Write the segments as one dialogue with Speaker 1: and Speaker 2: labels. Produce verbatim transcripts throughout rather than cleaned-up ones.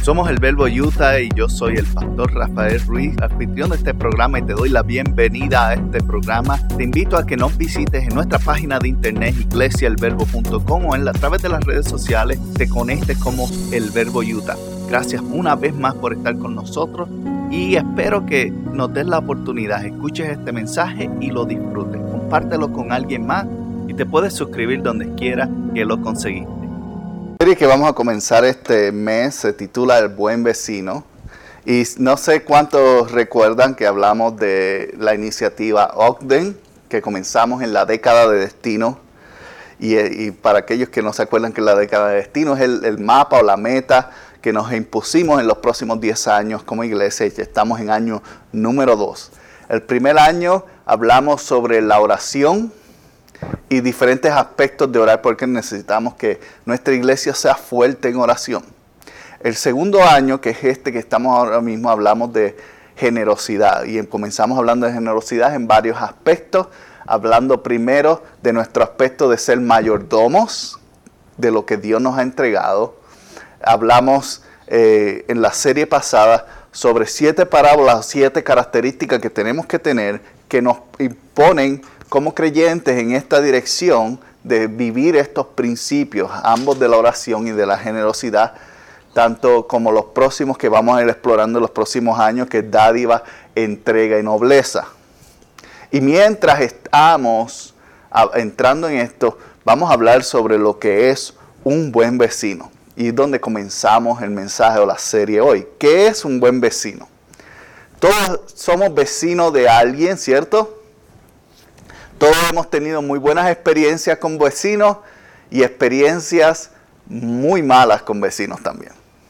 Speaker 1: Somos el Verbo Utah y yo soy el pastor Rafael Ruiz, anfitrión de este programa, y te doy la bienvenida a este programa. Te invito a que nos visites en nuestra página de internet iglesia el verbo punto com o en la, a través de las redes sociales te conectes como el Verbo Utah. Gracias una vez más por estar con nosotros y espero que nos des la oportunidad, escuches este mensaje y lo disfrutes. Compártelo con alguien más y te puedes suscribir donde quiera que lo conseguiste. La serie que vamos a comenzar este mes se titula El Buen Vecino. Y no sé cuántos recuerdan que hablamos de la iniciativa Ogden, que comenzamos en la década de destino. Y, y para aquellos que no se acuerdan que la década de destino es el, el mapa o la meta que nos impusimos en los próximos diez años como iglesia, y ya estamos en año número dos. El primer año hablamos sobre la oración y diferentes aspectos de orar, porque necesitamos que nuestra iglesia sea fuerte en oración. El segundo año, que es este que estamos ahora mismo, hablamos de generosidad, y comenzamos hablando de generosidad en varios aspectos, hablando primero de nuestro aspecto de ser mayordomos de lo que Dios nos ha entregado. Hablamos eh, en la serie pasada sobre siete parábolas, siete características que tenemos que tener que nos imponen como creyentes en esta dirección de vivir estos principios, ambos de la oración y de la generosidad, tanto como los próximos que vamos a ir explorando en los próximos años, que es dádiva, entrega y nobleza. Y mientras estamos a, entrando en esto, vamos a hablar sobre lo que es un buen vecino. Y es donde comenzamos el mensaje o la serie hoy. ¿Qué es un buen vecino? Todos somos vecinos de alguien, ¿cierto? Todos hemos tenido muy buenas experiencias con vecinos y experiencias muy malas con vecinos también.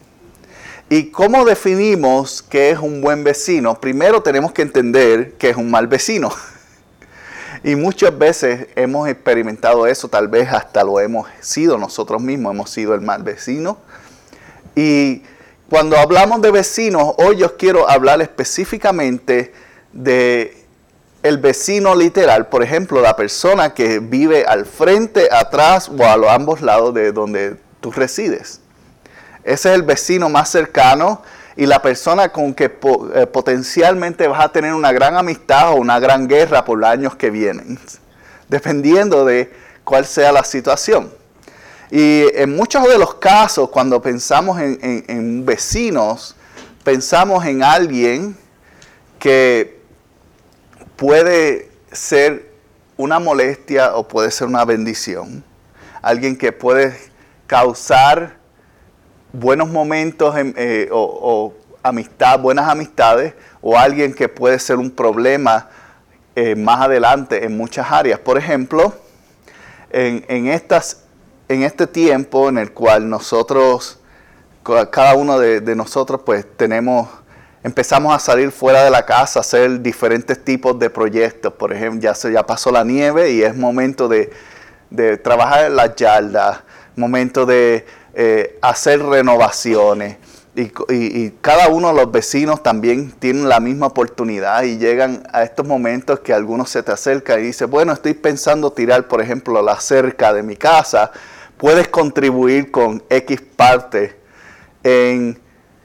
Speaker 1: ¿Y cómo definimos qué es un buen vecino? Primero tenemos que entender qué es un mal vecino. Y muchas veces hemos experimentado eso, tal vez hasta lo hemos sido nosotros mismos, hemos sido el mal vecino. Y cuando hablamos de vecinos, hoy yo quiero hablar específicamente de el vecino literal, por ejemplo, la persona que vive al frente, atrás o a los ambos lados de donde tú resides. Ese es el vecino más cercano y la persona con que po- eh, potencialmente vas a tener una gran amistad o una gran guerra por los años que vienen, dependiendo de cuál sea la situación. Y en muchos de los casos, cuando pensamos en, en, en vecinos, pensamos en alguien que puede ser una molestia o puede ser una bendición. Alguien que puede causar buenos momentos eh, o, o amistad, buenas amistades, o alguien que puede ser un problema eh, más adelante en muchas áreas. Por ejemplo, en, en, estas, en este tiempo en el cual nosotros, cada uno de, de nosotros pues tenemos... Empezamos a salir fuera de la casa, a hacer diferentes tipos de proyectos. Por ejemplo, ya, se, ya pasó la nieve y es momento de, de trabajar en las yardas, momento de eh, hacer renovaciones. Y, y, y cada uno de los vecinos también tienen la misma oportunidad y llegan a estos momentos que algunos se te acercan y dicen, bueno, estoy pensando tirar, por ejemplo, la cerca de mi casa. Puedes contribuir con X parte en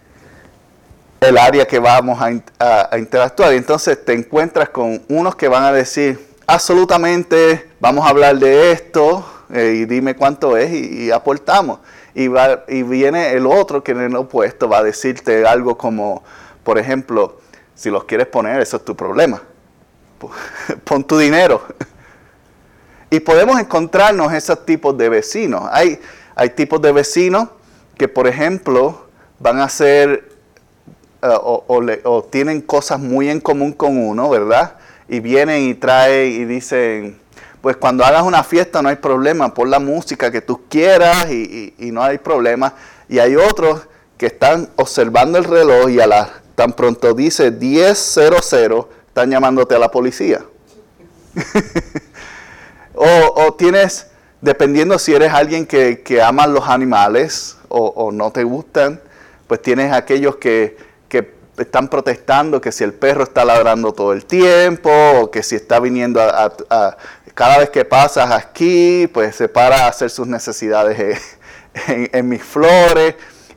Speaker 1: el área que vamos a, a, a interactuar. Y entonces te encuentras con unos que van a decir, absolutamente, vamos a hablar de esto, eh, y dime cuánto es, y, y aportamos. Y, va, y viene el otro que en el opuesto va a decirte algo como, por ejemplo, si los quieres poner, eso es tu problema. Pon tu dinero. Y podemos encontrarnos esos tipos de vecinos. Hay, hay tipos de vecinos que, por ejemplo, van a ser... Uh, o, o, le, o tienen cosas muy en común con uno, ¿verdad? Y vienen y traen y dicen, pues cuando hagas una fiesta no hay problema, pon la música que tú quieras y, y, y no hay problema. Y hay otros que están observando el reloj y a la, tan pronto dice diez cero cero, están llamándote a la policía. o, o tienes, dependiendo si eres alguien que, que ama los animales o, o no te gustan, pues tienes aquellos que que están protestando que si el perro está ladrando todo el tiempo, o que si está viniendo a, a, a cada vez que pasas aquí, pues se para a hacer sus necesidades en, en, en mis flores.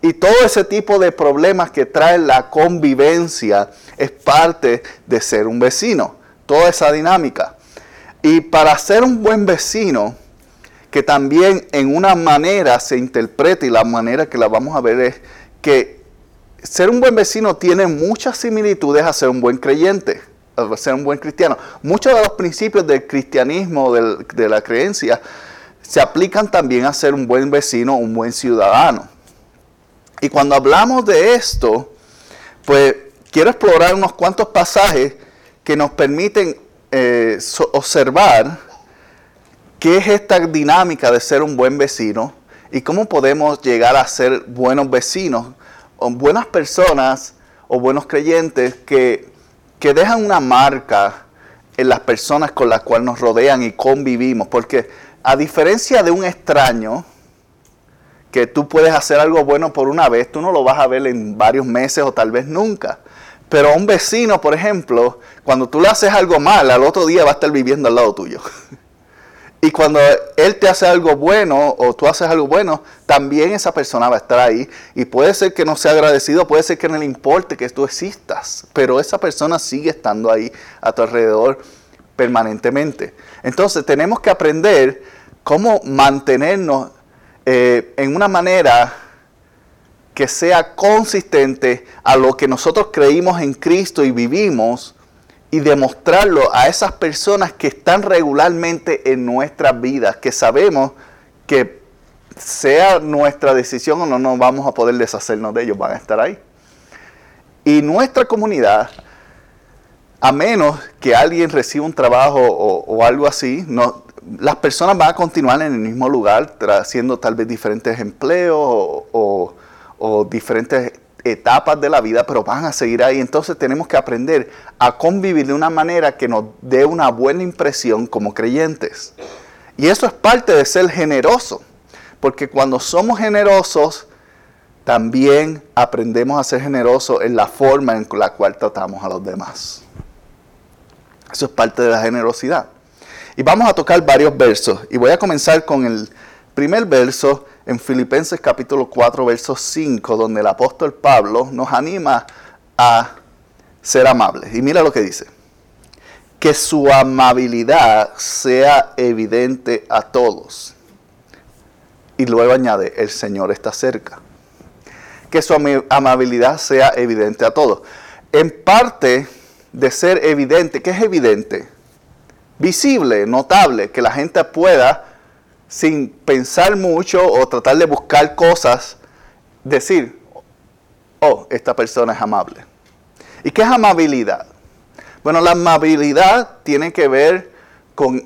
Speaker 1: Y todo ese tipo de problemas que trae la convivencia es parte de ser un vecino. Toda esa dinámica. Y para ser un buen vecino, que también en una manera se interpreta, y la manera que la vamos a ver es que ser un buen vecino tiene muchas similitudes a ser un buen creyente, a ser un buen cristiano. Muchos de los principios del cristianismo, del, de la creencia, se aplican también a ser un buen vecino, un buen ciudadano. Y cuando hablamos de esto, pues quiero explorar unos cuantos pasajes que nos permiten eh, so- observar qué es esta dinámica de ser un buen vecino y cómo podemos llegar a ser buenos vecinos, o buenas personas o buenos creyentes que, que dejan una marca en las personas con las cuales nos rodean y convivimos. Porque a diferencia de un extraño, que tú puedes hacer algo bueno por una vez, tú no lo vas a ver en varios meses o tal vez nunca. Pero a un vecino, por ejemplo, cuando tú le haces algo mal, al otro día va a estar viviendo al lado tuyo. Y cuando él te hace algo bueno o tú haces algo bueno, también esa persona va a estar ahí. Y puede ser que no sea agradecido, puede ser que no le importe que tú existas, pero esa persona sigue estando ahí a tu alrededor permanentemente. Entonces tenemos que aprender cómo mantenernos eh, en una manera que sea consistente a lo que nosotros creímos en Cristo y vivimos, y demostrarlo a esas personas que están regularmente en nuestras vidas, que sabemos que sea nuestra decisión o no, no vamos a poder deshacernos de ellos, van a estar ahí. Y nuestra comunidad, a menos que alguien reciba un trabajo o, o algo así, no, las personas van a continuar en el mismo lugar, haciendo tal vez diferentes empleos o, o, o diferentes etapas de la vida, pero van a seguir ahí. Entonces tenemos que aprender a convivir de una manera que nos dé una buena impresión como creyentes. Y eso es parte de ser generoso, porque cuando somos generosos, también aprendemos a ser generosos en la forma en la cual tratamos a los demás. Eso es parte de la generosidad. Y vamos a tocar varios versos. Y voy a comenzar con el primer verso en Filipenses capítulo cuatro, verso cinco, donde el apóstol Pablo nos anima a ser amables. Y mira lo que dice. Que su amabilidad sea evidente a todos. Y luego añade, el Señor está cerca. Que su am- amabilidad sea evidente a todos. En parte de ser evidente, ¿qué es evidente? Visible, notable, que la gente pueda, sin pensar mucho o tratar de buscar cosas, decir, oh, esta persona es amable. ¿Y qué es amabilidad? Bueno, la amabilidad tiene que ver con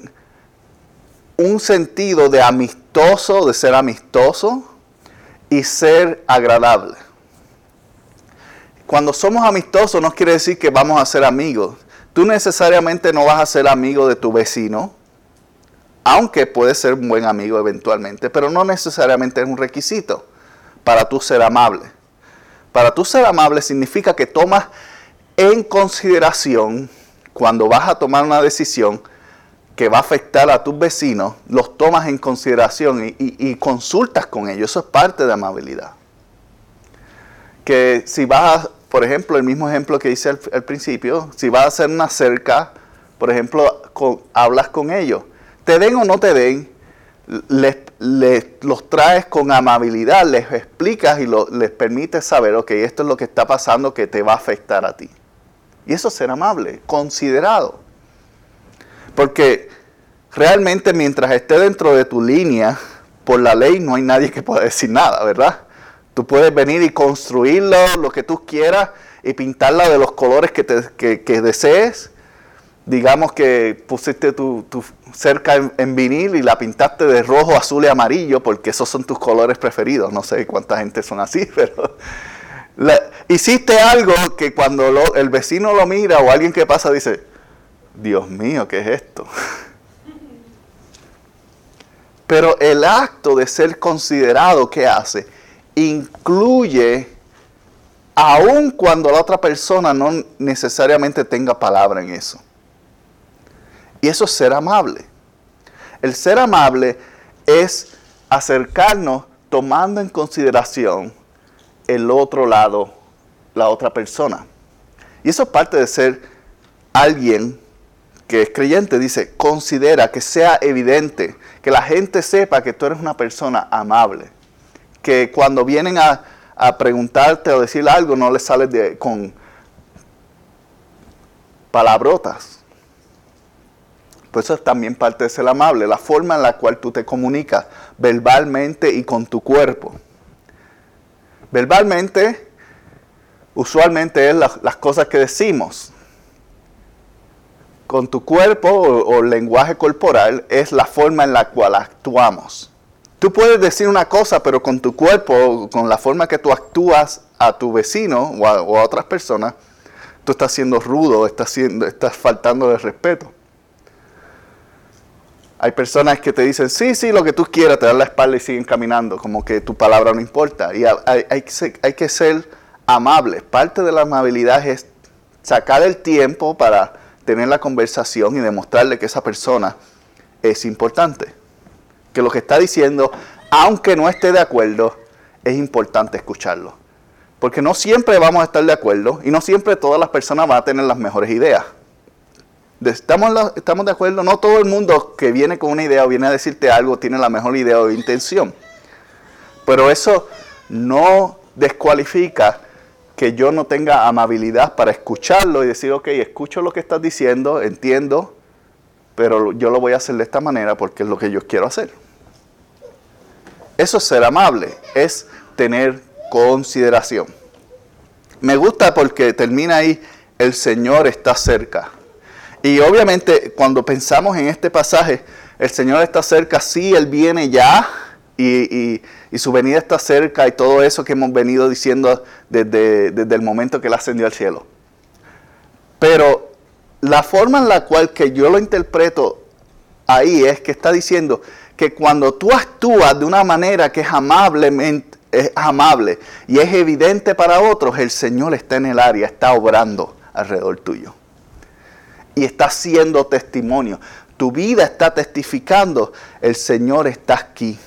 Speaker 1: un sentido de amistoso, de ser amistoso y ser agradable. Cuando somos amistosos no quiere decir que vamos a ser amigos. Tú necesariamente no vas a ser amigo de tu vecino, aunque puedes ser un buen amigo eventualmente, pero no necesariamente es un requisito para tú ser amable. Para tú ser amable significa que tomas en consideración, cuando vas a tomar una decisión que va a afectar a tus vecinos, los tomas en consideración y, y, y consultas con ellos. Eso es parte de amabilidad. Que si vas a, por ejemplo, el mismo ejemplo que hice al, al principio, si vas a hacer una cerca, por ejemplo, con, hablas con ellos. Te den o no te den, les, les, los traes con amabilidad, les explicas y lo, les permites saber, ok, esto es lo que está pasando que te va a afectar a ti. Y eso es ser amable, considerado. Porque realmente mientras esté dentro de tu línea, por la ley no hay nadie que pueda decir nada, ¿verdad? Tú puedes venir y construirlo, lo que tú quieras, y pintarla de los colores que, te, que, que desees. Digamos que pusiste tu, tu cerca en, en vinil y la pintaste de rojo, azul y amarillo, porque esos son tus colores preferidos. No sé cuánta gente son así, pero la, hiciste algo que cuando lo, el vecino lo mira o alguien que pasa dice, Dios mío, ¿qué es esto? Pero el acto de ser considerado, ¿qué hace? Incluye, aun cuando la otra persona no necesariamente tenga palabra en eso. Y eso es ser amable. El ser amable es acercarnos tomando en consideración el otro lado, la otra persona. Y eso es parte de ser alguien que es creyente. Dice, considera que sea evidente, que la gente sepa que tú eres una persona amable. Que cuando vienen a, a preguntarte o decir algo, no les sales de, con palabrotas. Pues eso es también parte de ser amable, la forma en la cual tú te comunicas verbalmente y con tu cuerpo. Verbalmente, usualmente es la, las cosas que decimos. Con tu cuerpo o, o lenguaje corporal es la forma en la cual actuamos. Tú puedes decir una cosa, pero con tu cuerpo, con la forma que tú actúas a tu vecino o a, o a otras personas, tú estás siendo rudo, estás, siendo, estás faltando de respeto. Hay personas que te dicen, sí, sí, lo que tú quieras, te dan la espalda y siguen caminando, como que tu palabra no importa. Y hay, hay, hay, que, ser, hay que ser amables. Parte de la amabilidad es sacar el tiempo para tener la conversación y demostrarle que esa persona es importante. Que lo que está diciendo, aunque no esté de acuerdo, es importante escucharlo. Porque no siempre vamos a estar de acuerdo y no siempre todas las personas van a tener las mejores ideas. ¿Estamos, la, ¿Estamos de acuerdo? No todo el mundo que viene con una idea o viene a decirte algo tiene la mejor idea o intención. Pero eso no descualifica que yo no tenga amabilidad para escucharlo y decir, ok, escucho lo que estás diciendo, entiendo, pero yo lo voy a hacer de esta manera porque es lo que yo quiero hacer. Eso es ser amable, es tener consideración. Me gusta porque termina ahí, el Señor está cerca. Y obviamente cuando pensamos en este pasaje, el Señor está cerca, sí, Él viene ya y, y, y su venida está cerca y todo eso que hemos venido diciendo desde, desde el momento que Él ascendió al cielo. Pero la forma en la cual que yo lo interpreto ahí es que está diciendo que cuando tú actúas de una manera que es amablemente, es amable y es evidente para otros, el Señor está en el área, está obrando alrededor tuyo. Y está siendo testimonio. Tu vida está testificando, el Señor está aquí.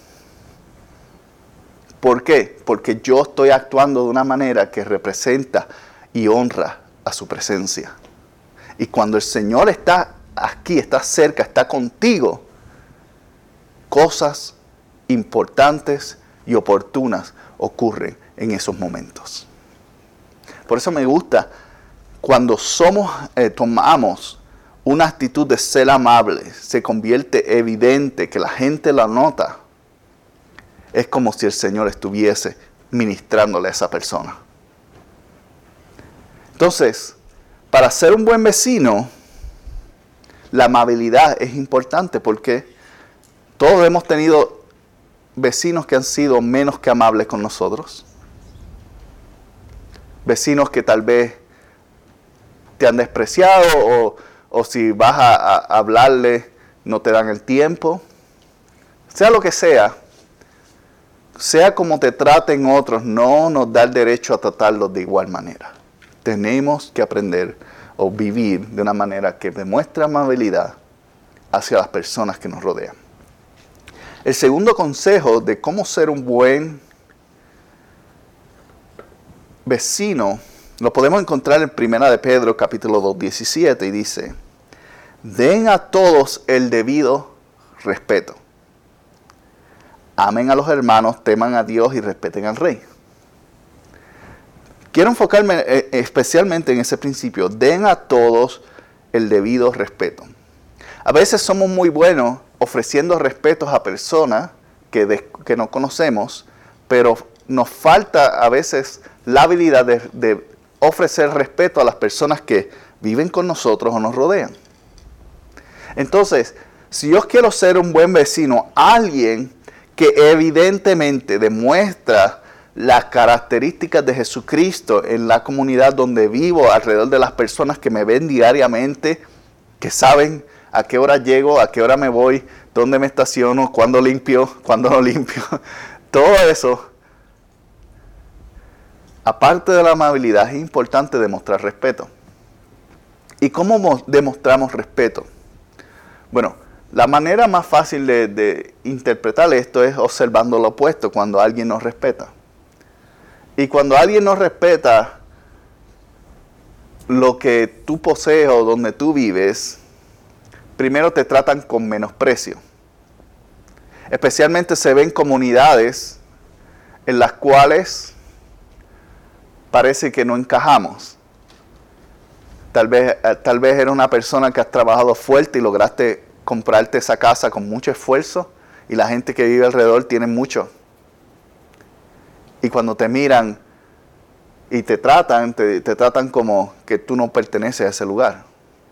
Speaker 1: ¿Por qué? Porque yo estoy actuando de una manera que representa y honra a su presencia. Y cuando el Señor está aquí, está cerca, está contigo, cosas importantes y oportunas ocurren en esos momentos. Por eso me gusta cuando somos, eh, tomamos una actitud de ser amable, se convierte evidente, que la gente la nota. Es como si el Señor estuviese ministrándole a esa persona. Entonces, para ser un buen vecino, la amabilidad es importante porque todos hemos tenido vecinos que han sido menos que amables con nosotros. Vecinos que tal vez te han despreciado o, o si vas a, a hablarle no te dan el tiempo. Sea lo que sea, sea como te traten otros, no nos da el derecho a tratarlos de igual manera. Tenemos que aprender o vivir de una manera que demuestre amabilidad hacia las personas que nos rodean. El segundo consejo de cómo ser un buen vecino lo podemos encontrar en Primera de Pedro, capítulo dos, diecisiete, y dice, den a todos el debido respeto. Amen a los hermanos, teman a Dios y respeten al Rey. Quiero enfocarme especialmente en ese principio. Den a todos el debido respeto. A veces somos muy buenos ofreciendo respetos a personas que, de, que no conocemos, pero nos falta a veces la habilidad de, de ofrecer respeto a las personas que viven con nosotros o nos rodean. Entonces, si yo quiero ser un buen vecino, alguien que evidentemente demuestra las características de Jesucristo en la comunidad donde vivo, alrededor de las personas que me ven diariamente, que saben a qué hora llego, a qué hora me voy, dónde me estaciono, cuándo limpio, cuándo no limpio, todo eso. Aparte de la amabilidad, es importante demostrar respeto. ¿Y cómo demostramos respeto? Bueno, la manera más fácil de, de interpretar esto es observando lo opuesto, cuando alguien nos respeta. Y cuando alguien no respeta lo que tú posees o donde tú vives, primero te tratan con menosprecio. Especialmente se ven comunidades en las cuales parece que no encajamos. Tal vez, tal vez eres una persona que has trabajado fuerte y lograste comprarte esa casa con mucho esfuerzo y la gente que vive alrededor tiene mucho. Y cuando te miran y te tratan, te, te tratan como que tú no perteneces a ese lugar.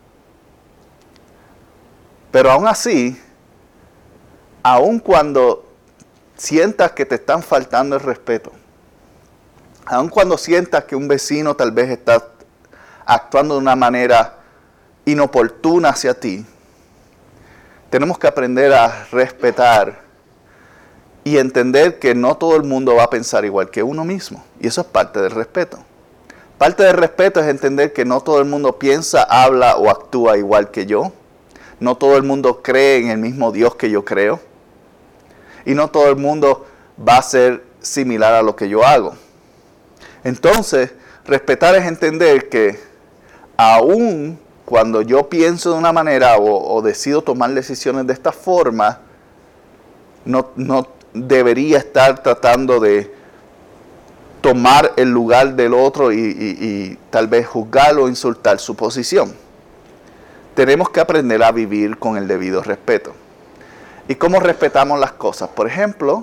Speaker 1: Pero aún así, aun cuando sientas que te están faltando el respeto, aun cuando sientas que un vecino tal vez está actuando de una manera inoportuna hacia ti, tenemos que aprender a respetar y entender que no todo el mundo va a pensar igual que uno mismo. Y eso es parte del respeto. Parte del respeto es entender que no todo el mundo piensa, habla o actúa igual que yo. No todo el mundo cree en el mismo Dios que yo creo. Y no todo el mundo va a ser similar a lo que yo hago. Entonces, respetar es entender que aún cuando yo pienso de una manera o, o decido tomar decisiones de esta forma, no, no debería estar tratando de tomar el lugar del otro y, y, y tal vez juzgarlo o insultar su posición. Tenemos que aprender a vivir con el debido respeto. ¿Y cómo respetamos las cosas? Por ejemplo,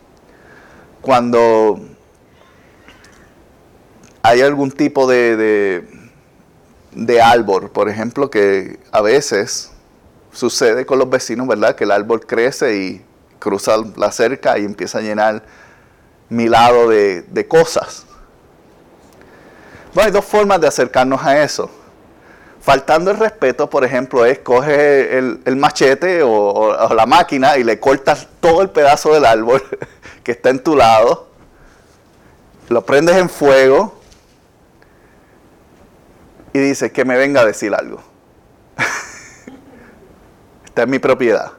Speaker 1: cuando hay algún tipo de, de, de árbol, por ejemplo, que a veces sucede con los vecinos, ¿verdad? Que el árbol crece y cruza la cerca y empieza a llenar mi lado de, de cosas. Bueno, hay dos formas de acercarnos a eso. Faltando el respeto, por ejemplo, es coge el, el machete o, o, o la máquina y le cortas todo el pedazo del árbol que está en tu lado, lo prendes en fuego y dices que me venga a decir algo. Esta es mi propiedad.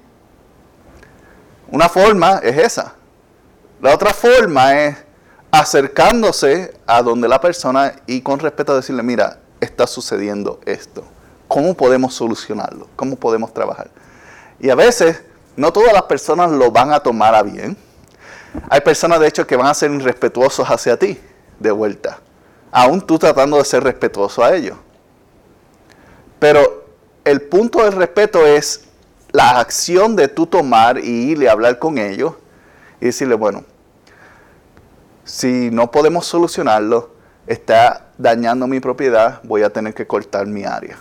Speaker 1: Una forma es esa. La otra forma es acercándose a donde la persona y con respeto decirle, mira, está sucediendo esto. ¿Cómo podemos solucionarlo? ¿Cómo podemos trabajar? Y a veces, no todas las personas lo van a tomar a bien. Hay personas, de hecho, que van a ser irrespetuosos hacia ti, de vuelta. Aún tú tratando de ser respetuoso a ellos. Pero el punto del respeto es la acción de tú tomar y irle a hablar con ellos y decirle, bueno, si no podemos solucionarlo, está dañando mi propiedad, voy a tener que cortar mi área.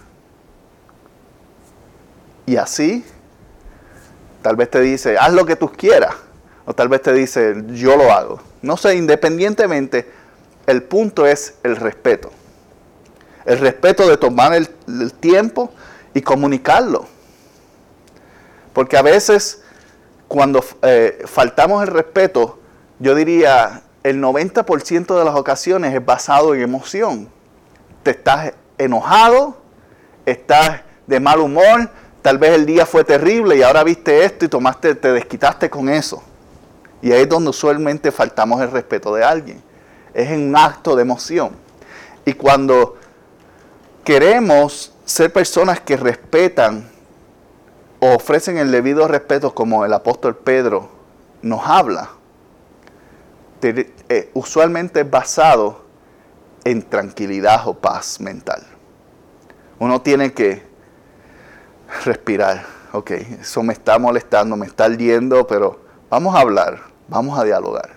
Speaker 1: Y así, tal vez te dice, haz lo que tú quieras. O tal vez te dice, yo lo hago. No sé, independientemente, el punto es el respeto. El respeto de tomar el, el tiempo y comunicarlo. Porque a veces, cuando eh, faltamos el respeto, yo diría, el noventa por ciento de las ocasiones es basado en emoción. Te estás enojado, estás de mal humor, tal vez el día fue terrible y ahora viste esto y tomaste, te desquitaste con eso. Y ahí es donde usualmente faltamos el respeto de alguien. Es en un acto de emoción. Y cuando queremos ser personas que respetan o ofrecen el debido respeto, como el apóstol Pedro nos habla, te, eh, usualmente es basado en tranquilidad o paz mental. Uno tiene que respirar. Ok, eso me está molestando, me está ardiendo, pero vamos a hablar, vamos a dialogar.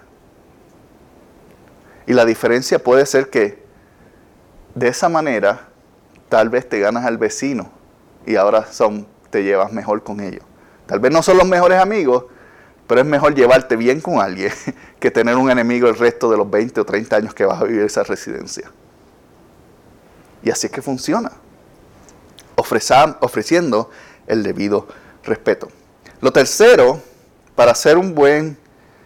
Speaker 1: Y la diferencia puede ser que de esa manera tal vez te ganas al vecino y ahora son, te llevas mejor con ellos. Tal vez no son los mejores amigos, pero es mejor llevarte bien con alguien que tener un enemigo el resto de los veinte o treinta años que vas a vivir esa residencia. Y así es que funciona. Ofreza, ofreciendo el debido respeto. Lo tercero, para ser un buen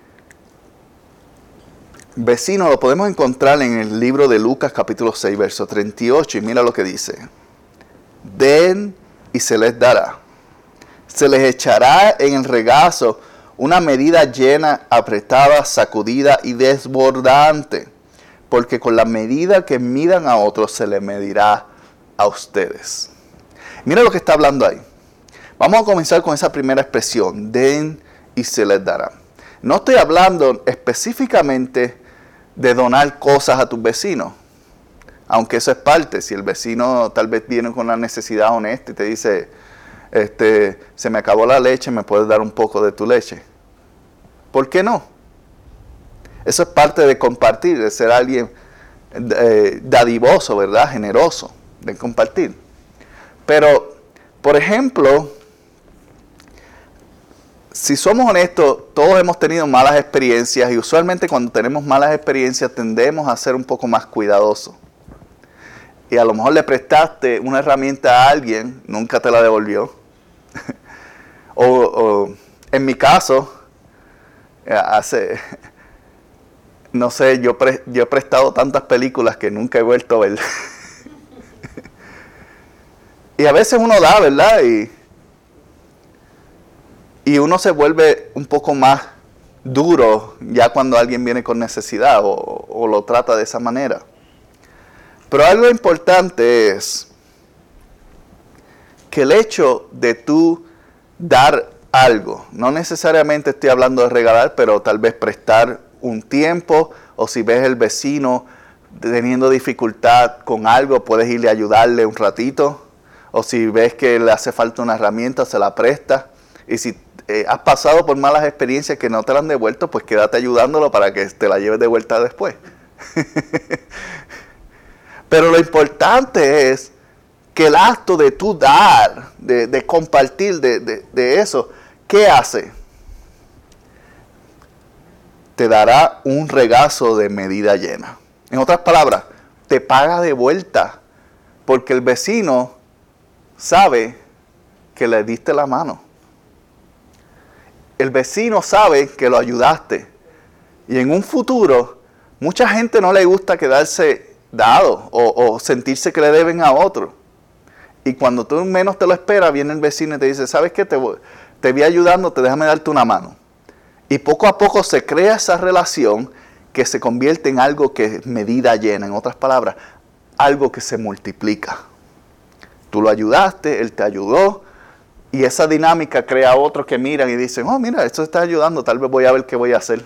Speaker 1: vecino, lo podemos encontrar en el libro de Lucas capítulo seis, verso treinta y ocho. Y mira lo que dice. Den y se les dará. Se les echará en el regazo una medida llena, apretada, sacudida y desbordante, porque con la medida que midan a otros se le medirá a ustedes. Mira lo que está hablando ahí. Vamos a comenzar con esa primera expresión, den y se les dará. No estoy hablando específicamente de donar cosas a tus vecinos, aunque eso es parte. Si el vecino tal vez viene con una necesidad honesta y te dice, este, se me acabó la leche, ¿me puedes dar un poco de tu leche? ¿Por qué no? Eso es parte de compartir, de ser alguien eh, dadivoso, ¿verdad? Generoso, de compartir. Pero, por ejemplo, si somos honestos, todos hemos tenido malas experiencias y usualmente cuando tenemos malas experiencias tendemos a ser un poco más cuidadosos. Y a lo mejor le prestaste una herramienta a alguien, nunca te la devolvió. o, o en mi caso, hace, no sé, yo, pre, yo he prestado tantas películas que nunca he vuelto a ver. Y a veces uno da, ¿verdad? Y, y uno se vuelve un poco más duro ya cuando alguien viene con necesidad o, o lo trata de esa manera. Pero algo importante es que el hecho de tú dar algo, no necesariamente estoy hablando de regalar, pero tal vez prestar un tiempo, o si ves el vecino teniendo dificultad con algo, puedes irle a ayudarle un ratito, o si ves que le hace falta una herramienta, se la presta. Y si eh, has pasado por malas experiencias que no te la han devuelto, pues quédate ayudándolo para que te la lleves de vuelta después. Pero lo importante es que el acto de tú dar, de, de compartir de, de, de eso, ¿qué hace? Te dará un regazo de medida llena. En otras palabras, te paga de vuelta, porque el vecino sabe que le diste la mano. El vecino sabe que lo ayudaste. Y en un futuro, mucha gente no le gusta quedarse dado o, o sentirse que le deben a otro. Y cuando tú menos te lo esperas, viene el vecino y te dice, ¿sabes qué? Te, voy, te vi ayudándote, déjame darte una mano. Y poco a poco se crea esa relación que se convierte en algo que es medida llena. En otras palabras, algo que se multiplica. Tú lo ayudaste, él te ayudó. Y esa dinámica crea a otros que miran y dicen, oh, mira, esto está ayudando, tal vez voy a ver qué voy a hacer.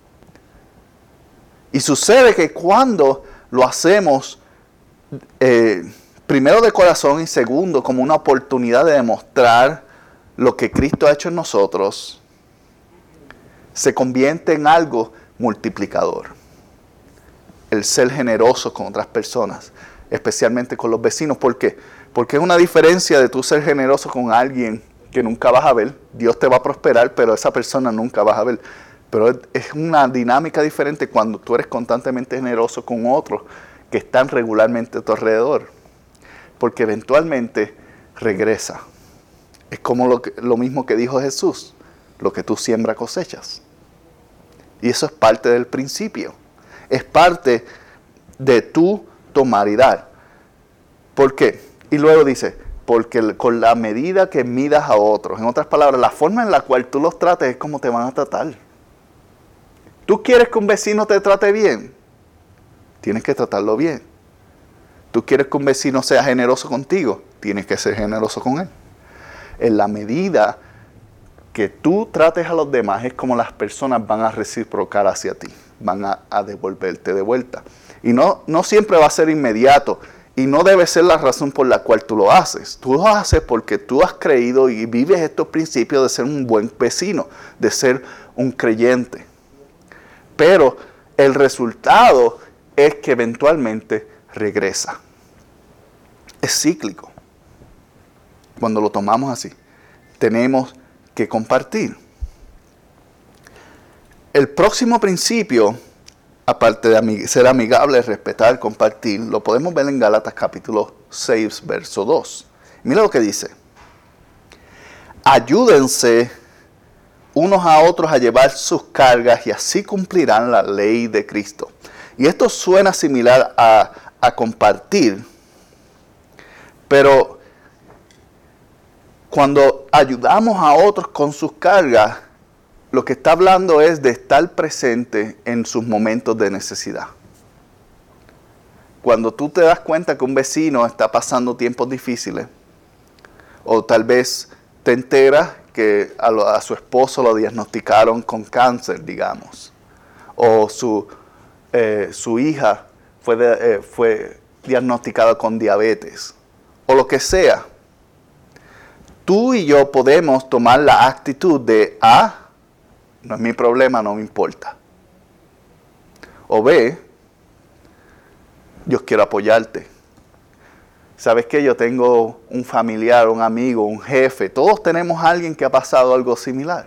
Speaker 1: Y sucede que cuando lo hacemos, eh, primero de corazón y segundo, como una oportunidad de demostrar lo que Cristo ha hecho en nosotros, se convierte en algo multiplicador. El ser generoso con otras personas, especialmente con los vecinos. ¿Por qué? Porque es una diferencia de tú ser generoso con alguien que nunca vas a ver. Dios te va a prosperar, pero esa persona nunca vas a ver. Pero es una dinámica diferente cuando tú eres constantemente generoso con otros que están regularmente a tu alrededor. Porque eventualmente regresa. Es como lo, que, lo mismo que dijo Jesús. Lo que tú siembras cosechas. Y eso es parte del principio. Es parte de tu tomar y dar. ¿Por qué? Y luego dice, porque con la medida que midas a otros. En otras palabras, la forma en la cual tú los trates es como te van a tratar. ¿Tú quieres que un vecino te trate bien? Tienes que tratarlo bien. ¿Tú quieres que un vecino sea generoso contigo? Tienes que ser generoso con él. En la medida que tú trates a los demás es como las personas van a reciprocar hacia ti. Van a, a devolverte de vuelta. Y no, no siempre va a ser inmediato. Y no debe ser la razón por la cual tú lo haces. Tú lo haces porque tú has creído y vives estos principios de ser un buen vecino, de ser un creyente. Pero el resultado es que eventualmente regresa. Es cíclico. Cuando lo tomamos así, tenemos que compartir. El próximo principio, aparte de amig- ser amigable, respetar, compartir, lo podemos ver en Gálatas capítulo seis, verso dos. Mira lo que dice. Ayúdense unos a otros a llevar sus cargas y así cumplirán la ley de Cristo. Y esto suena similar a, a compartir, pero cuando ayudamos a otros con sus cargas, lo que está hablando es de estar presente en sus momentos de necesidad. Cuando tú te das cuenta que un vecino está pasando tiempos difíciles, o tal vez te enteras que a, lo, a su esposo lo diagnosticaron con cáncer, digamos, o su, eh, su hija fue, de, eh, fue diagnosticada con diabetes, o lo que sea, tú y yo podemos tomar la actitud de A, no es mi problema, no me importa. O B, yo quiero apoyarte. ¿Sabes qué? Yo tengo un familiar, un amigo, un jefe. Todos tenemos a alguien que ha pasado algo similar.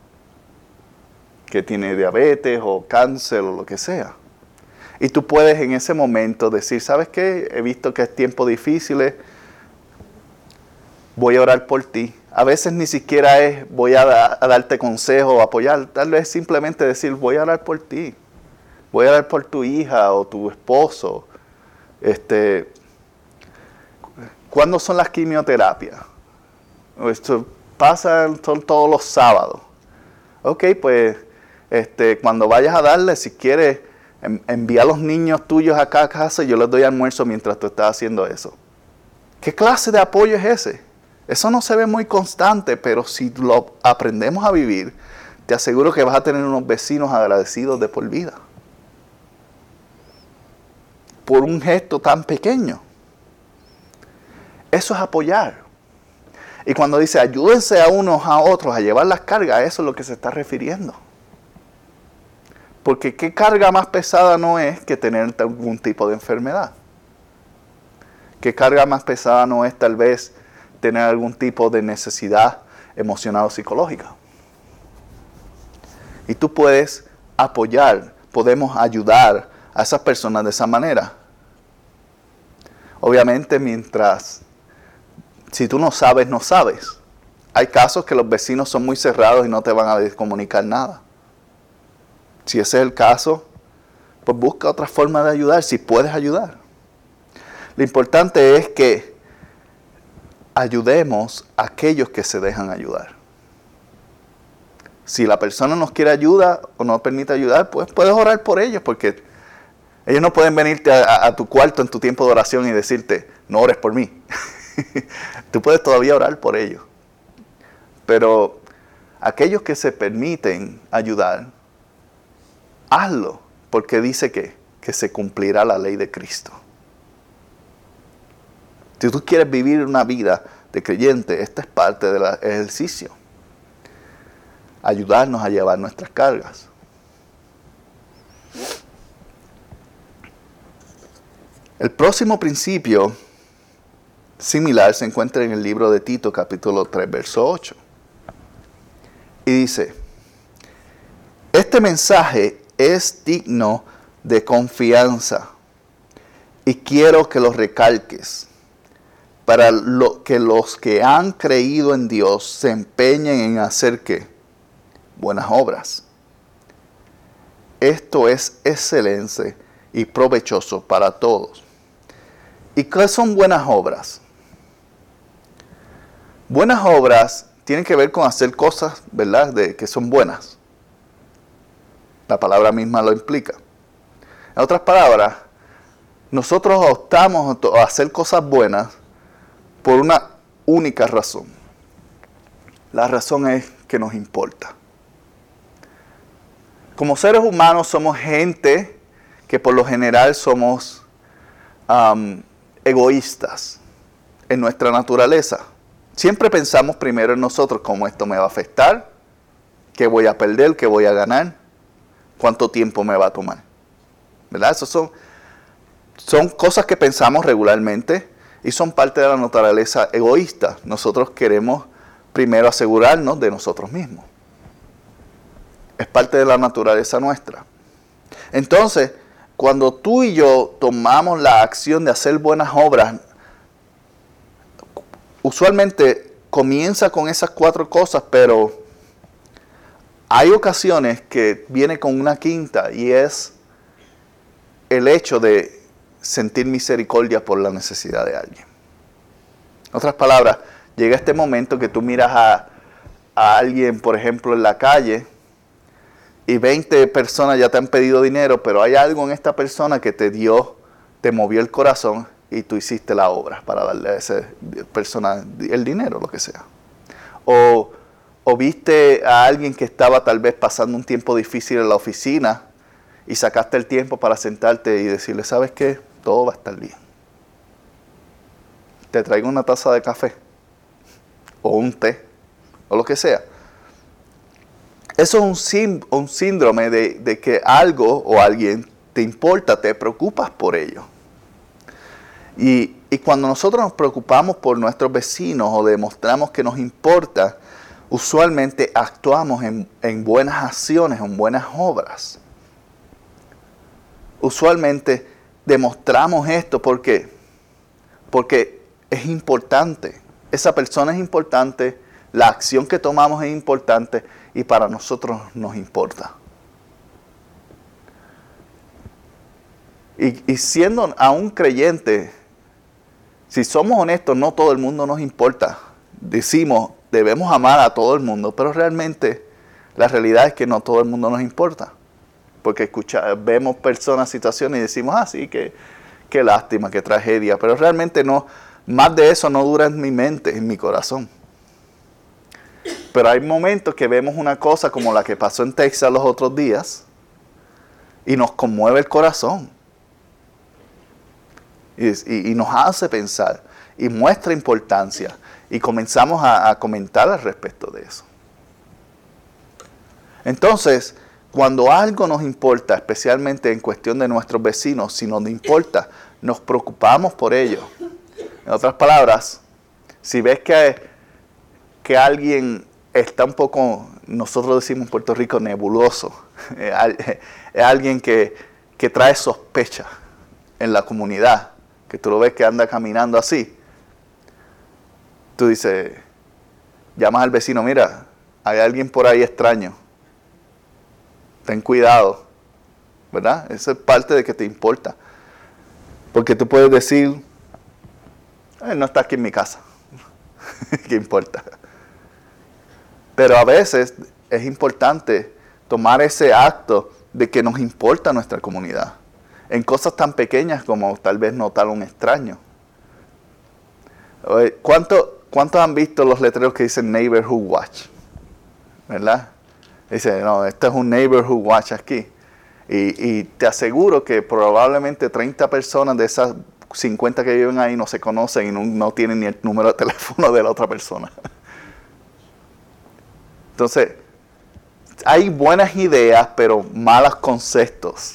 Speaker 1: Que tiene diabetes o cáncer o lo que sea. Y tú puedes en ese momento decir, ¿sabes qué? He visto que es tiempo difícil. Voy a orar por ti. A veces ni siquiera es voy a, da, a darte consejo o apoyar. Tal vez simplemente decir voy a orar por ti. Voy a orar por tu hija o tu esposo. Este, ¿Cuándo son las quimioterapias? Esto pasa son todos los sábados. Ok, pues este, cuando vayas a darle, si quieres, en, envía a los niños tuyos acá a casa y yo les doy almuerzo mientras tú estás haciendo eso. ¿Qué clase de apoyo es ese? Eso no se ve muy constante, pero si lo aprendemos a vivir, te aseguro que vas a tener unos vecinos agradecidos de por vida. Por un gesto tan pequeño. Eso es apoyar. Y cuando dice ayúdense a unos a otros a llevar las cargas, eso es lo que se está refiriendo. Porque qué carga más pesada no es que tener algún tipo de enfermedad. Qué carga más pesada no es tal vez tener algún tipo de necesidad emocional o psicológica. Y tú puedes apoyar, podemos ayudar a esas personas de esa manera. Obviamente mientras, si tú no sabes, no sabes. Hay casos que los vecinos son muy cerrados y no te van a comunicar nada. Si ese es el caso, pues busca otra forma de ayudar, si puedes ayudar. Lo importante es que ayudemos a aquellos que se dejan ayudar. Si la persona nos quiere ayuda o no permite ayudar, pues puedes orar por ellos, porque ellos no pueden venirte a, a tu cuarto en tu tiempo de oración y decirte, no ores por mí. Tú puedes todavía orar por ellos. Pero aquellos que se permiten ayudar, hazlo, porque dice que, que se cumplirá la ley de Cristo. Si tú quieres vivir una vida de creyente, esta es parte del ejercicio. Ayudarnos a llevar nuestras cargas. El próximo principio similar se encuentra en el libro de Tito, capítulo tres, verso ocho. Y dice, este mensaje es digno de confianza y quiero que lo recalques, para lo, que los que han creído en Dios se empeñen en hacer ¿qué? Buenas obras. Esto es excelente y provechoso para todos. ¿Y qué son buenas obras? Buenas obras tienen que ver con hacer cosas, ¿verdad?, de, que son buenas. La palabra misma lo implica. En otras palabras, nosotros optamos a hacer cosas buenas por una única razón. La razón es que nos importa. Como seres humanos somos gente que por lo general somos um, egoístas en nuestra naturaleza. Siempre pensamos primero en nosotros, cómo esto me va a afectar, qué voy a perder, qué voy a ganar, cuánto tiempo me va a tomar. ¿Verdad? Esas son, son cosas que pensamos regularmente y son parte de la naturaleza egoísta. Nosotros queremos primero asegurarnos de nosotros mismos. Es parte de la naturaleza nuestra. Entonces, cuando tú y yo tomamos la acción de hacer buenas obras, usualmente comienza con esas cuatro cosas, pero hay ocasiones que viene con una quinta y es el hecho de sentir misericordia por la necesidad de alguien. En otras palabras, llega este momento que tú miras a, a alguien, por ejemplo, en la calle y veinte personas ya te han pedido dinero, pero hay algo en esta persona que te dio, te movió el corazón y tú hiciste la obra para darle a esa persona el dinero, lo que sea. O, o viste a alguien que estaba tal vez pasando un tiempo difícil en la oficina y sacaste el tiempo para sentarte y decirle, ¿sabes qué? Todo va a estar bien. Te traigo una taza de café o un té o lo que sea. Eso es un, sim, un síndrome de, de que algo o alguien te importa, te preocupas por ello. Y, y cuando nosotros nos preocupamos por nuestros vecinos o demostramos que nos importa, usualmente actuamos en, en buenas acciones, en buenas obras. Usualmente demostramos esto porque, porque es importante. Esa persona es importante, la acción que tomamos es importante y para nosotros nos importa. Y, y siendo aún creyente, si somos honestos, no todo el mundo nos importa. Decimos, debemos amar a todo el mundo, pero realmente la realidad es que no todo el mundo nos importa. Porque escucha, vemos personas, situaciones y decimos, ah, sí, qué, qué lástima, qué tragedia. Pero realmente no, más de eso no dura en mi mente, en mi corazón. Pero hay momentos que vemos una cosa como la que pasó en Texas los otros días y nos conmueve el corazón. Y, y, y nos hace pensar y muestra importancia. Y comenzamos a, a comentar al respecto de eso. Entonces, cuando algo nos importa, especialmente en cuestión de nuestros vecinos, si nos importa, nos preocupamos por ello. En otras palabras, si ves que, que alguien está un poco, nosotros decimos en Puerto Rico, nebuloso, es alguien que, que trae sospecha en la comunidad, que tú lo ves que anda caminando así, tú dices, llamas al vecino, mira, hay alguien por ahí extraño. Ten cuidado, ¿verdad? Eso es parte de que te importa. Porque tú puedes decir, él no está aquí en mi casa. ¿Qué importa? Pero a veces es importante tomar ese acto de que nos importa nuestra comunidad. En cosas tan pequeñas como tal vez notar a un extraño. ¿Cuánto, ¿Cuántos han visto los letreros que dicen Neighborhood Watch? ¿Verdad? Dice, no, este es un Neighborhood Watch aquí. Y, y te aseguro que probablemente treinta personas de esas cincuenta que viven ahí no se conocen y no, no tienen ni el número de teléfono de la otra persona. Entonces, hay buenas ideas, pero malos conceptos.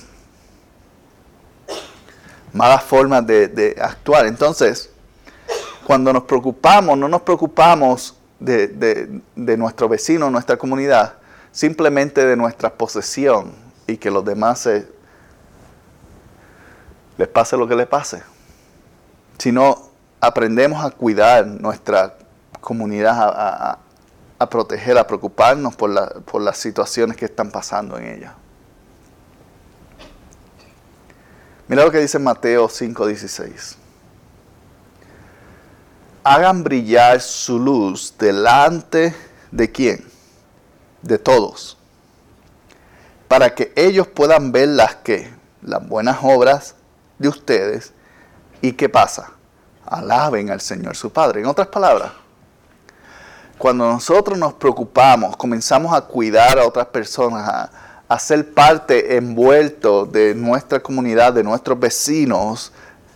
Speaker 1: Malas formas de, de actuar. Entonces, cuando nos preocupamos, no nos preocupamos de, de, de nuestro vecino, nuestra comunidad, simplemente de nuestra posesión y que los demás se, les pase lo que les pase. Sino aprendemos a cuidar nuestra comunidad, a, a, a proteger, a preocuparnos por, la, por las situaciones que están pasando en ella. Mira lo que dice Mateo cinco dieciséis. Hagan brillar su luz delante de ¿quién? De todos, para que ellos puedan ver las que, las buenas obras de ustedes y ¿qué pasa? Alaben al Señor su Padre. En otras palabras, cuando nosotros nos preocupamos, comenzamos a cuidar a otras personas, a, a ser parte envuelto de nuestra comunidad, de nuestros vecinos,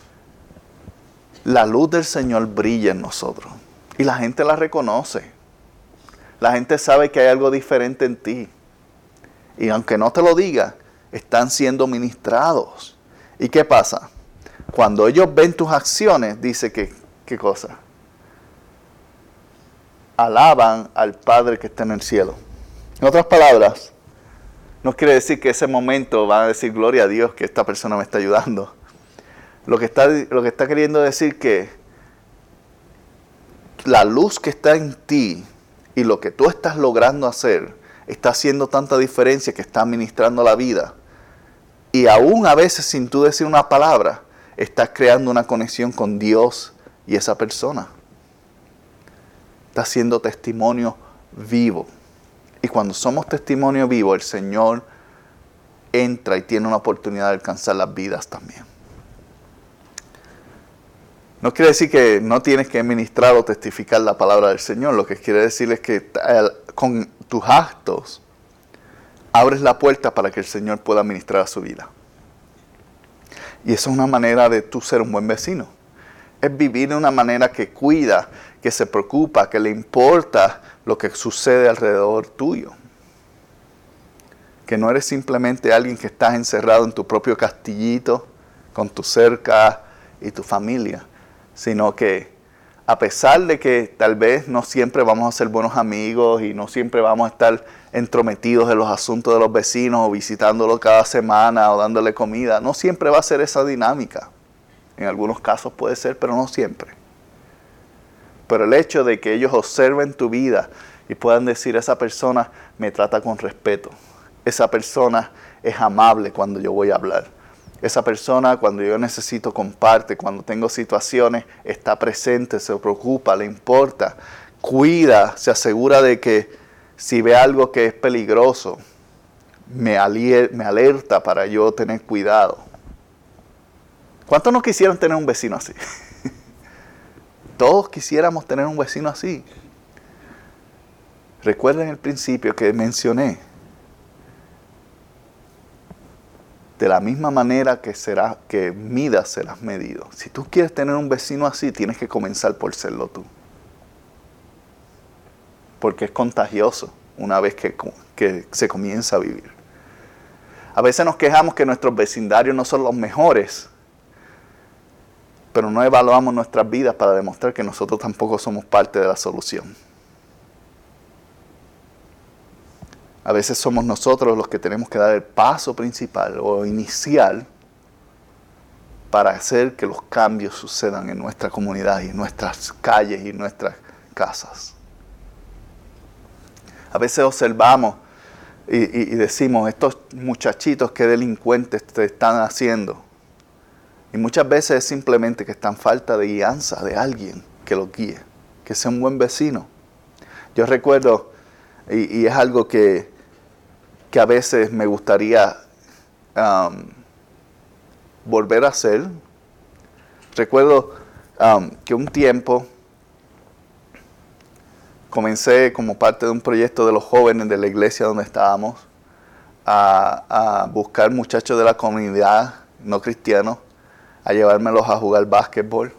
Speaker 1: la luz del Señor brilla en nosotros y la gente la reconoce. La gente sabe que hay algo diferente en ti. Y aunque no te lo diga, están siendo ministrados. ¿Y qué pasa? Cuando ellos ven tus acciones, dice que, ¿qué cosa? Alaban al Padre que está en el cielo. En otras palabras, no quiere decir que ese momento van a decir, gloria a Dios que esta persona me está ayudando. Lo que está, lo que está queriendo decir que la luz que está en ti y lo que tú estás logrando hacer está haciendo tanta diferencia que está ministrando la vida. Y aún a veces sin tú decir una palabra, estás creando una conexión con Dios y esa persona. Estás siendo testimonio vivo. Y cuando somos testimonio vivo, el Señor entra y tiene una oportunidad de alcanzar las vidas también. No quiere decir que no tienes que ministrar o testificar la palabra del Señor. Lo que quiere decir es que con tus actos abres la puerta para que el Señor pueda ministrar a su vida. Y eso es una manera de tú ser un buen vecino. Es vivir de una manera que cuida, que se preocupa, que le importa lo que sucede alrededor tuyo. Que no eres simplemente alguien que estás encerrado en tu propio castillito, con tu cerca y tu familia, sino que a pesar de que tal vez no siempre vamos a ser buenos amigos y no siempre vamos a estar entrometidos en los asuntos de los vecinos o visitándolo cada semana o dándole comida, no siempre va a ser esa dinámica. En algunos casos puede ser, pero no siempre. Pero el hecho de que ellos observen tu vida y puedan decir, esa persona me trata con respeto, esa persona es amable cuando yo voy a hablar, esa persona cuando yo necesito comparte, cuando tengo situaciones, está presente, se preocupa, le importa, cuida, se asegura de que si ve algo que es peligroso, me, alier- me alerta para yo tener cuidado. ¿Cuántos no quisieran tener un vecino así? Todos quisiéramos tener un vecino así. Recuerden el principio que mencioné. De la misma manera que, será, que midas serás medido. Si tú quieres tener un vecino así, tienes que comenzar por serlo tú. Porque es contagioso una vez que, que se comienza a vivir. A veces nos quejamos que nuestros vecindarios no son los mejores, pero no evaluamos nuestras vidas para demostrar que nosotros tampoco somos parte de la solución. A veces somos nosotros los que tenemos que dar el paso principal o inicial para hacer que los cambios sucedan en nuestra comunidad y en nuestras calles y en nuestras casas. A veces observamos y, y, y decimos, estos muchachitos, qué delincuentes te están haciendo. Y muchas veces es simplemente que están falta de guianza de alguien que los guíe, que sea un buen vecino. Yo recuerdo, y, y es algo que, que a veces me gustaría um, volver a hacer. Recuerdo um, que un tiempo comencé como parte de un proyecto de los jóvenes de la iglesia donde estábamos a, a buscar muchachos de la comunidad no cristianos, a llevármelos a jugar básquetbol.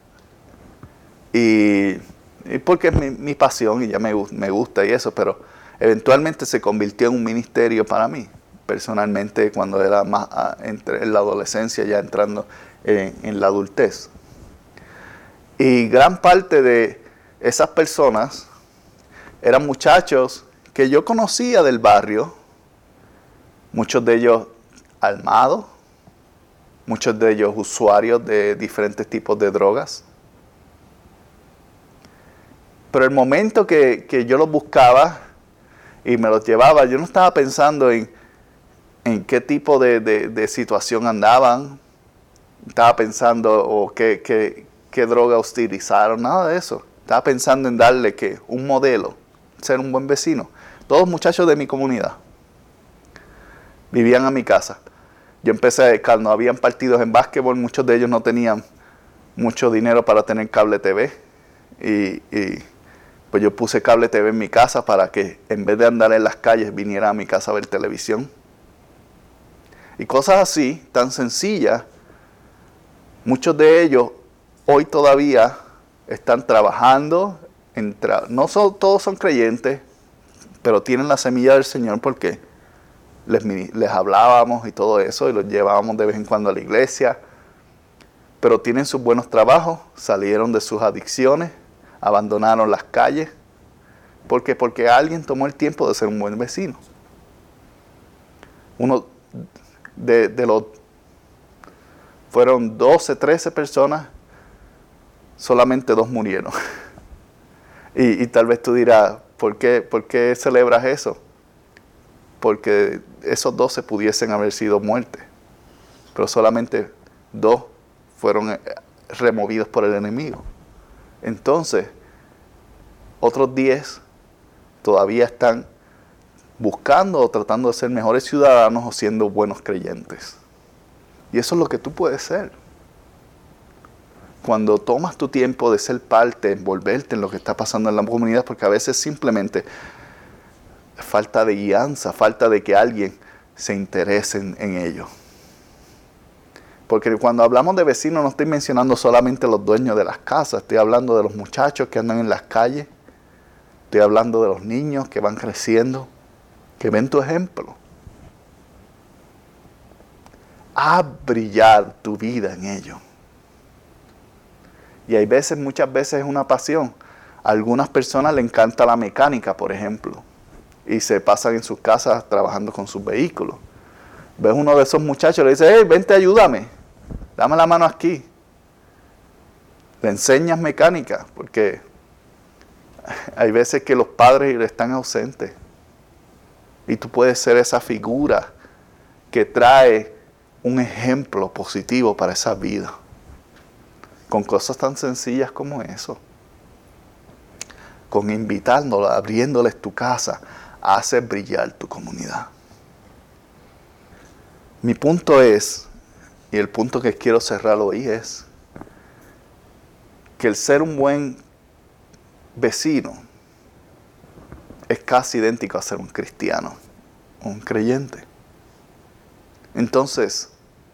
Speaker 1: Y, y porque es mi, mi pasión y ya me, me gusta y eso, pero eventualmente se convirtió en un ministerio para mí, personalmente, cuando era más a, entre, en la adolescencia, ya entrando en, en la adultez. Y gran parte de esas personas eran muchachos que yo conocía del barrio, muchos de ellos armados, muchos de ellos usuarios de diferentes tipos de drogas. Pero el momento que, que yo los buscaba y me los llevaba, yo no estaba pensando en, en qué tipo de, de, de situación andaban, estaba pensando o qué, qué, qué droga utilizaron, nada de eso. Estaba pensando en darle que un modelo, ser un buen vecino. Todos muchachos de mi comunidad vivían a mi casa. Yo empecé, cuando habían partidos en básquetbol, muchos de ellos no tenían mucho dinero para tener cable T V. Y, y pues yo puse cable T V en mi casa para que en vez de andar en las calles, viniera a mi casa a ver televisión. Y cosas así, tan sencillas. Muchos de ellos hoy todavía están trabajando. En tra- no son, todos son creyentes, pero tienen la semilla del Señor porque Les, les hablábamos y todo eso y los llevábamos de vez en cuando a la iglesia, pero tienen sus buenos trabajos, salieron de sus adicciones, abandonaron las calles. ¿Por qué? Porque alguien tomó el tiempo de ser un buen vecino. Uno de, de los fueron doce, trece personas, solamente dos murieron. y, y tal vez tú dirás, ¿por qué, ¿por qué celebras eso? Porque esos doce pudiesen haber sido muertes, pero solamente dos fueron removidos por el enemigo. Entonces, otros diez todavía están buscando o tratando de ser mejores ciudadanos o siendo buenos creyentes. Y eso es lo que tú puedes ser. Cuando tomas tu tiempo de ser parte, envolverte en lo que está pasando en la comunidad, porque a veces simplemente falta de guianza, falta de que alguien se interese en, en ello. Porque cuando hablamos de vecinos no estoy mencionando solamente los dueños de las casas, estoy hablando de los muchachos que andan en las calles, estoy hablando de los niños que van creciendo, que ven tu ejemplo. Haz brillar tu vida en ello. Y hay veces, muchas veces es una pasión. A algunas personas les encanta la mecánica, por ejemplo, y se pasan en sus casas trabajando con sus vehículos. Ves uno de esos muchachos y le dice, hey, vente, ayúdame, dame la mano aquí. Le enseñas mecánica, porque hay veces que los padres están ausentes. Y tú puedes ser esa figura que trae un ejemplo positivo para esa vida. Con cosas tan sencillas como eso. Con invitándolos, abriéndoles tu casa, haces brillar tu comunidad. Mi punto es, y el punto que quiero cerrar hoy es, que el ser un buen vecino es casi idéntico a ser un cristiano, un creyente. Entonces,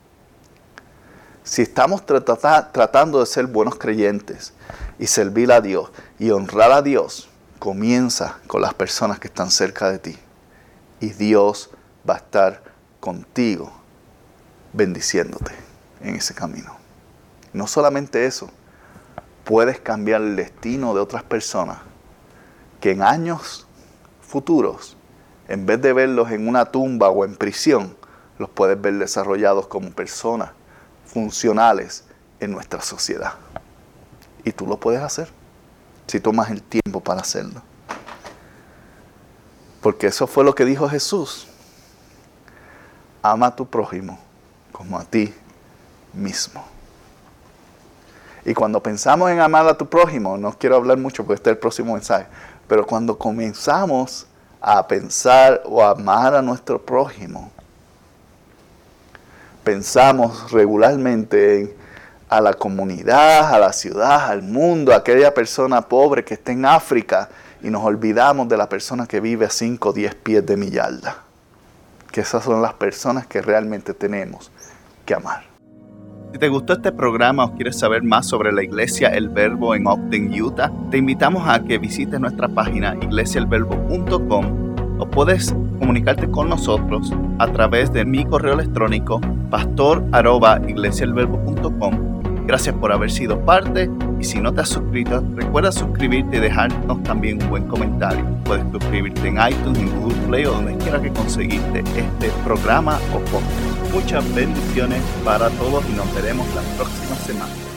Speaker 1: si estamos tratata, tratando de ser buenos creyentes y servir a Dios y honrar a Dios, comienza con las personas que están cerca de ti. Y Dios va a estar contigo, bendiciéndote en ese camino. No solamente eso, puedes cambiar el destino de otras personas que en años futuros, en vez de verlos en una tumba o en prisión, los puedes ver desarrollados como personas funcionales en nuestra sociedad. Y tú lo puedes hacer si tomas el tiempo para hacerlo. Porque eso fue lo que dijo Jesús. Ama a tu prójimo como a ti mismo. Y cuando pensamos en amar a tu prójimo, no quiero hablar mucho porque este es el próximo mensaje, pero cuando comenzamos a pensar o a amar a nuestro prójimo, pensamos regularmente en, a la comunidad, a la ciudad, al mundo, a aquella persona pobre que está en África, y nos olvidamos de la persona que vive a cinco o diez pies de mi yarda. Que esas son las personas que realmente tenemos que amar.
Speaker 2: Si te gustó este programa o quieres saber más sobre la Iglesia El Verbo en Ogden, Utah, te invitamos a que visites nuestra página iglesia el verbo punto com o puedes comunicarte con nosotros a través de mi correo electrónico pastor arroba iglesia el verbo punto com. Gracias por haber sido parte y si no te has suscrito, recuerda suscribirte y dejarnos también un buen comentario. Puedes suscribirte en iTunes, en Google Play o donde quiera que conseguiste este programa o podcast. Muchas bendiciones para todos y nos veremos la próxima semana.